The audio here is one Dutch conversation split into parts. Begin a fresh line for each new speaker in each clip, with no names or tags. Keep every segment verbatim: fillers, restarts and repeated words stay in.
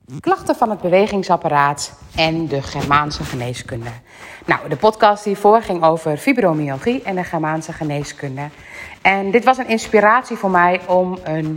Klachten van het bewegingsapparaat en de Germaanse geneeskunde. Nou, de podcast hiervoor ging over fibromyalgie en de Germaanse geneeskunde. En dit was een inspiratie voor mij om een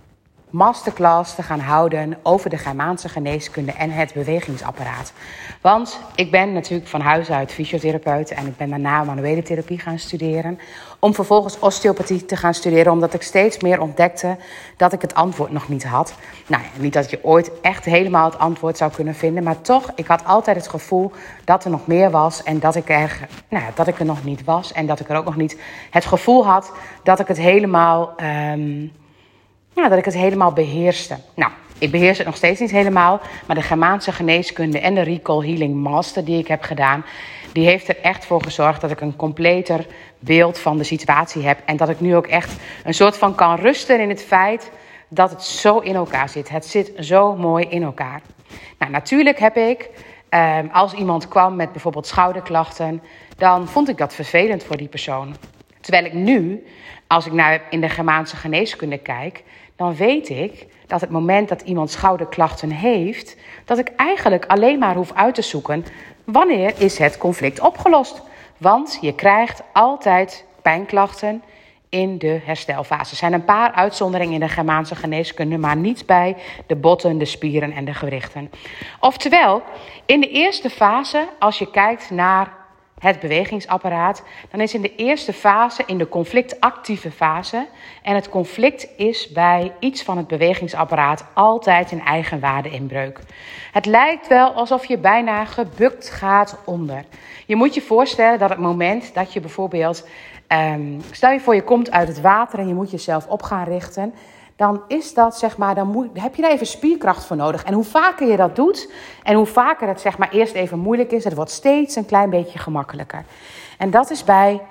masterclass te gaan houden over de Germaanse geneeskunde en het bewegingsapparaat. Want ik ben natuurlijk van huis uit fysiotherapeut en ik ben daarna manuele therapie gaan studeren. Om vervolgens osteopathie te gaan studeren, omdat ik steeds meer ontdekte dat ik het antwoord nog niet had. Nou ja, niet dat je ooit echt helemaal het antwoord zou kunnen vinden, maar toch, ik had altijd het gevoel dat er nog meer was en dat ik er, nou ja, dat ik er nog niet was. En dat ik er ook nog niet het gevoel had dat ik het helemaal... Um, Ja, dat ik het helemaal beheerste. Nou, ik beheers het nog steeds niet helemaal. Maar de Germaanse geneeskunde en de Recall Healing Master die ik heb gedaan... die heeft er echt voor gezorgd dat ik een completer beeld van de situatie heb. En dat ik nu ook echt een soort van kan rusten in het feit dat het zo in elkaar zit. Het zit zo mooi in elkaar. Nou, natuurlijk heb ik, eh, als iemand kwam met bijvoorbeeld schouderklachten... dan vond ik dat vervelend voor die persoon. Terwijl ik nu, als ik naar in de Germaanse geneeskunde kijk... dan weet ik dat het moment dat iemand schouderklachten heeft... dat ik eigenlijk alleen maar hoef uit te zoeken... wanneer is het conflict opgelost. Want je krijgt altijd pijnklachten in de herstelfase. Er zijn een paar uitzonderingen in de Germaanse geneeskunde... maar niet bij de botten, de spieren en de gewrichten. Oftewel, in de eerste fase, als je kijkt naar... het bewegingsapparaat, dan is in de eerste fase, in de conflictactieve fase... en het conflict is bij iets van het bewegingsapparaat altijd een eigenwaardeinbreuk. Het lijkt wel alsof je bijna gebukt gaat onder. Je moet je voorstellen dat het moment dat je bijvoorbeeld... Um, stel je voor je komt uit het water en je moet jezelf op gaan richten... dan is dat, zeg maar, dan moet, heb je daar even spierkracht voor nodig. En hoe vaker je dat doet en hoe vaker het, zeg maar, eerst even moeilijk is... het wordt steeds een klein beetje gemakkelijker. En dat is bij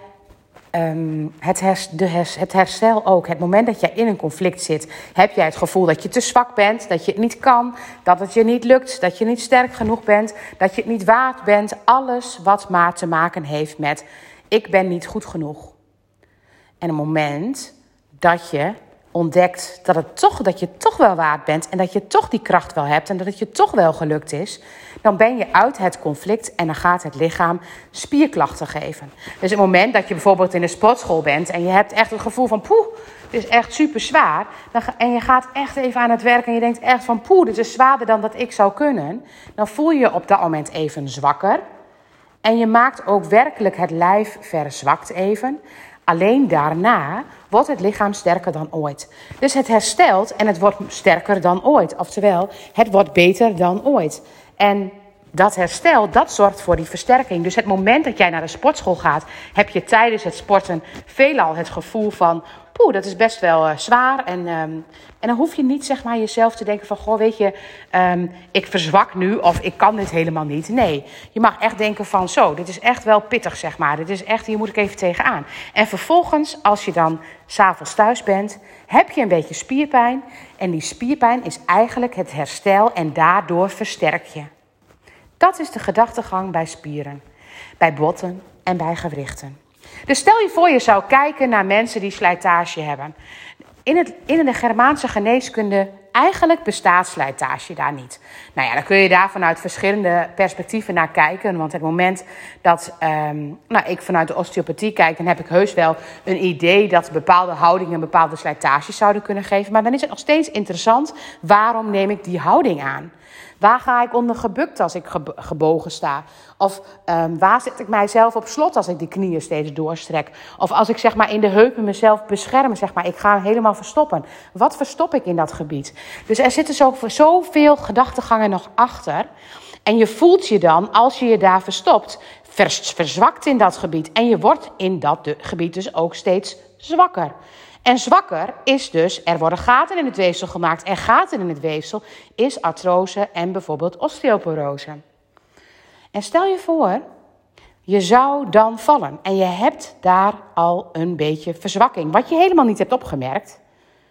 um, het, hers, de hers, het herstel ook. Het moment dat jij in een conflict zit, heb jij het gevoel dat je te zwak bent... dat je het niet kan, dat het je niet lukt, dat je niet sterk genoeg bent... dat je het niet waard bent. Alles wat maar te maken heeft met ik ben niet goed genoeg. En een moment dat je... ontdekt dat, het toch, dat je toch wel waard bent... en dat je toch die kracht wel hebt... en dat het je toch wel gelukt is... dan ben je uit het conflict... en dan gaat het lichaam spierklachten geven. Dus het moment dat je bijvoorbeeld in de sportschool bent... en je hebt echt het gevoel van... poeh, dit is echt super zwaar... Dan ga, en je gaat echt even aan het werk... en je denkt echt van... poeh, dit is zwaarder dan dat ik zou kunnen... dan voel je je op dat moment even zwakker... en je maakt ook werkelijk het lijf verzwakt even... Alleen daarna wordt het lichaam sterker dan ooit. Dus het herstelt en het wordt sterker dan ooit. Oftewel, het wordt beter dan ooit. En dat herstel, dat zorgt voor die versterking. Dus het moment dat jij naar de sportschool gaat... heb je tijdens het sporten veelal het gevoel van... poeh, dat is best wel uh, zwaar. En, um, en dan hoef je niet, zeg maar, jezelf te denken van... goh, weet je, um, ik verzwak nu of ik kan dit helemaal niet. Nee, je mag echt denken van zo, dit is echt wel pittig, zeg maar. Dit is echt, hier moet ik even tegenaan. En vervolgens, als je dan 's avonds thuis bent... heb je een beetje spierpijn. En die spierpijn is eigenlijk het herstel en daardoor versterk je. Dat is de gedachtegang bij spieren, bij botten en bij gewrichten. Dus stel je voor je zou kijken naar mensen die slijtage hebben. In, het, in de Germaanse geneeskunde, eigenlijk bestaat slijtage daar niet. Nou ja, dan kun je daar vanuit verschillende perspectieven naar kijken. Want het moment dat um, nou, ik vanuit de osteopathie kijk... dan heb ik heus wel een idee dat bepaalde houdingen... bepaalde slijtages zouden kunnen geven. Maar dan is het nog steeds interessant, waarom neem ik die houding aan? Waar ga ik onder gebukt als ik gebogen sta? Of um, waar zet ik mijzelf op slot als ik die knieën steeds doorstrek? Of als ik, zeg maar, in de heupen mezelf bescherm, zeg maar, ik ga helemaal verstoppen. Wat verstop ik in dat gebied? Dus er zitten zo, zoveel gedachtegangen nog achter. En je voelt je dan, als je je daar verstopt, vers, verzwakt in dat gebied. En je wordt in dat de, gebied dus ook steeds zwakker. En zwakker is dus, er worden gaten in het weefsel gemaakt. En gaten in het weefsel is artrose en bijvoorbeeld osteoporose. En stel je voor, je zou dan vallen. En je hebt daar al een beetje verzwakking. Wat je helemaal niet hebt opgemerkt.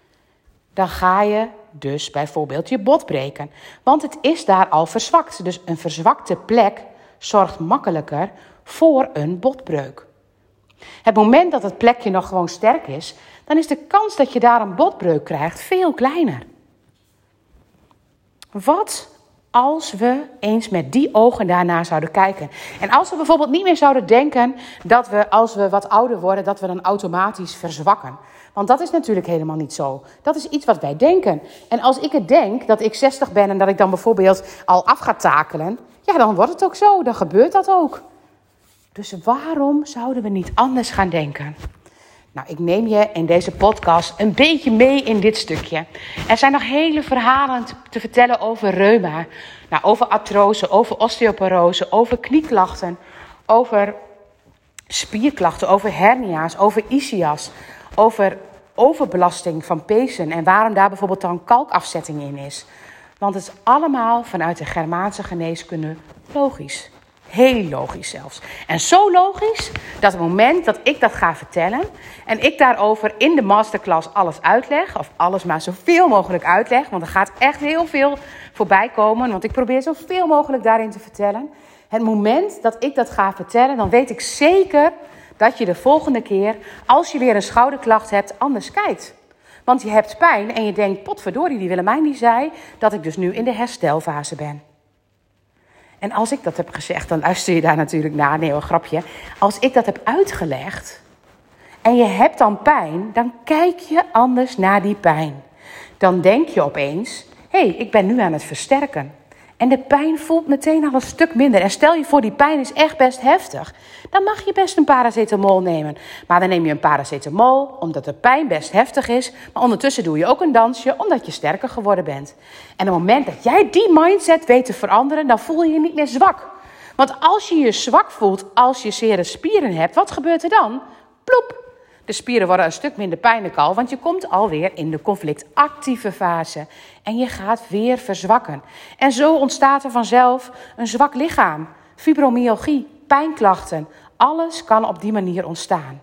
Dan ga je dus bijvoorbeeld je bot breken. Want het is daar al verzwakt. Dus een verzwakte plek zorgt makkelijker voor een botbreuk. Het moment dat het plekje nog gewoon sterk is, dan is de kans dat je daar een botbreuk krijgt veel kleiner. Wat als we eens met die ogen daarna zouden kijken? En als we bijvoorbeeld niet meer zouden denken dat we als we wat ouder worden, dat we dan automatisch verzwakken. Want dat is natuurlijk helemaal niet zo. Dat is iets wat wij denken. En als ik het denk dat ik zestig ben en dat ik dan bijvoorbeeld al af ga takelen, ja, dan wordt het ook zo. Dan gebeurt dat ook. Dus waarom zouden we niet anders gaan denken? Nou, ik neem je in deze podcast een beetje mee in dit stukje. Er zijn nog hele verhalen te, te vertellen over reuma. Nou, over artrose, over osteoporose, over knieklachten, over spierklachten, over hernia's, over ischias, over overbelasting van pezen en waarom daar bijvoorbeeld dan kalkafzetting in is. Want het is allemaal vanuit de Germaanse geneeskunde logisch. Heel logisch zelfs. En zo logisch dat het moment dat ik dat ga vertellen en ik daarover in de masterclass alles uitleg, of alles maar zoveel mogelijk uitleg, want er gaat echt heel veel voorbij komen, want ik probeer zoveel mogelijk daarin te vertellen. Het moment dat ik dat ga vertellen, dan weet ik zeker dat je de volgende keer, als je weer een schouderklacht hebt, anders kijkt. Want je hebt pijn en je denkt, potverdorie, die Willemijn die zei dat ik dus nu in de herstelfase ben. En als ik dat heb gezegd, dan luister je daar natuurlijk naar. Nee, een grapje. Als ik dat heb uitgelegd en je hebt dan pijn, dan kijk je anders naar die pijn. Dan denk je opeens, hé, hey, ik ben nu aan het versterken. En de pijn voelt meteen al een stuk minder. En stel je voor, die pijn is echt best heftig. Dan mag je best een paracetamol nemen. Maar dan neem je een paracetamol omdat de pijn best heftig is. Maar ondertussen doe je ook een dansje omdat je sterker geworden bent. En op het moment dat jij die mindset weet te veranderen, dan voel je je niet meer zwak. Want als je je zwak voelt, als je zere spieren hebt, wat gebeurt er dan? Ploep! De spieren worden een stuk minder pijnlijk al, want je komt alweer in de conflictactieve fase. En je gaat weer verzwakken. En zo ontstaat er vanzelf een zwak lichaam. Fibromyalgie, pijnklachten, alles kan op die manier ontstaan.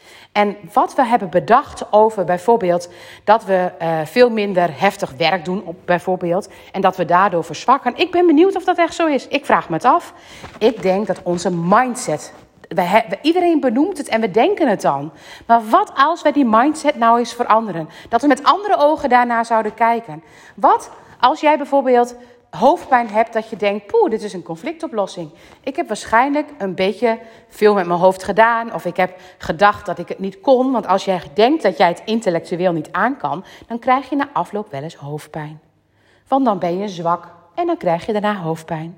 En wat we hebben bedacht over bijvoorbeeld dat we uh, veel minder heftig werk doen, op, bijvoorbeeld, en dat we daardoor verzwakken. Ik ben benieuwd of dat echt zo is. Ik vraag me het af. Ik denk dat onze mindset, we he, we, iedereen benoemt het en we denken het dan. Maar wat als we die mindset nou eens veranderen? Dat we met andere ogen daarna zouden kijken. Wat als jij bijvoorbeeld hoofdpijn hebt, dat je denkt, poeh, dit is een conflictoplossing. Ik heb waarschijnlijk een beetje veel met mijn hoofd gedaan. Of ik heb gedacht dat ik het niet kon. Want als jij denkt dat jij het intellectueel niet aan kan, dan krijg je na afloop wel eens hoofdpijn. Want dan ben je zwak en dan krijg je daarna hoofdpijn.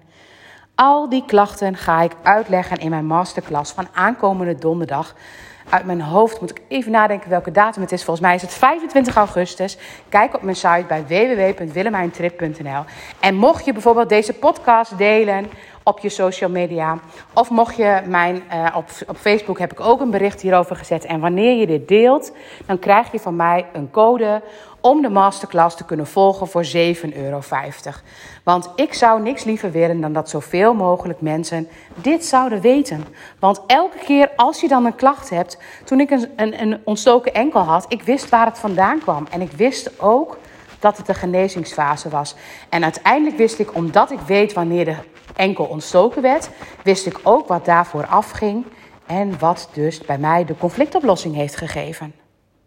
Al die klachten ga ik uitleggen in mijn masterclass van aankomende donderdag. Uit mijn hoofd moet ik even nadenken welke datum het is. Volgens mij is het vijfentwintig augustus. Kijk op mijn site bij w w w punt willemijntrip punt n l. En mocht je bijvoorbeeld deze podcast delen op je social media, of mocht je mijn, uh, op, op Facebook heb ik ook een bericht hierover gezet. En wanneer je dit deelt, dan krijg je van mij een code om de masterclass te kunnen volgen voor zeven euro vijftig. Want ik zou niks liever willen dan dat zoveel mogelijk mensen dit zouden weten. Want elke keer als je dan een klacht hebt, toen ik een, een, een ontstoken enkel had, ik wist waar het vandaan kwam. En ik wist ook dat het de genezingsfase was. En uiteindelijk wist ik, omdat ik weet wanneer de enkel ontstoken werd, wist ik ook wat daarvoor afging en wat dus bij mij de conflictoplossing heeft gegeven.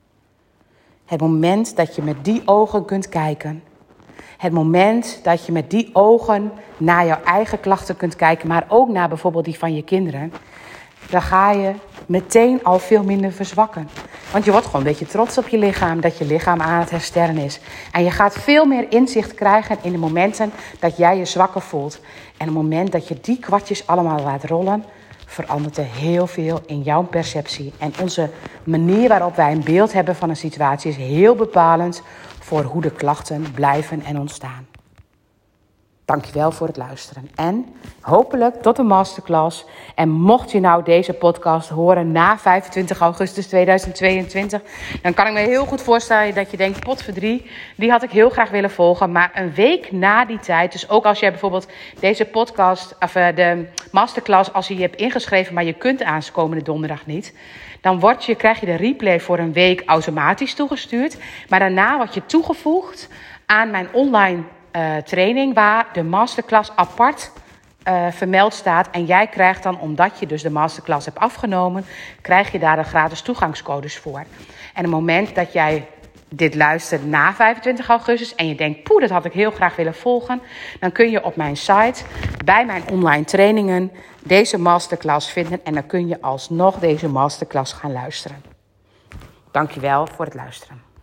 Het moment dat je met die ogen kunt kijken. Het moment dat je met die ogen naar jouw eigen klachten kunt kijken, maar ook naar bijvoorbeeld die van je kinderen. Dan ga je meteen al veel minder verzwakken. Want je wordt gewoon een beetje trots op je lichaam, dat je lichaam aan het herstellen is. En je gaat veel meer inzicht krijgen in de momenten dat jij je zwakker voelt. En op het moment dat je die kwartjes allemaal laat rollen, verandert er heel veel in jouw perceptie. En onze manier waarop wij een beeld hebben van een situatie is heel bepalend voor hoe de klachten blijven en ontstaan. Dankjewel voor het luisteren. En hopelijk tot de masterclass. En mocht je nou deze podcast horen na vijfentwintig augustus tweeduizend tweeëntwintig... dan kan ik me heel goed voorstellen dat je denkt, potverdrie, die had ik heel graag willen volgen. Maar een week na die tijd, dus ook als jij bijvoorbeeld deze podcast, of de masterclass, als je je hebt ingeschreven, maar je kunt aankomende donderdag niet, dan word je, krijg je de replay voor een week automatisch toegestuurd. Maar daarna word je toegevoegd aan mijn online Uh, training waar de masterclass apart uh, vermeld staat. En jij krijgt dan, omdat je dus de masterclass hebt afgenomen, krijg je daar de gratis toegangscodes voor. En op het moment dat jij dit luistert na vijfentwintig augustus en je denkt, poeh, dat had ik heel graag willen volgen, dan kun je op mijn site bij mijn online trainingen deze masterclass vinden en dan kun je alsnog deze masterclass gaan luisteren. Dankjewel voor het luisteren.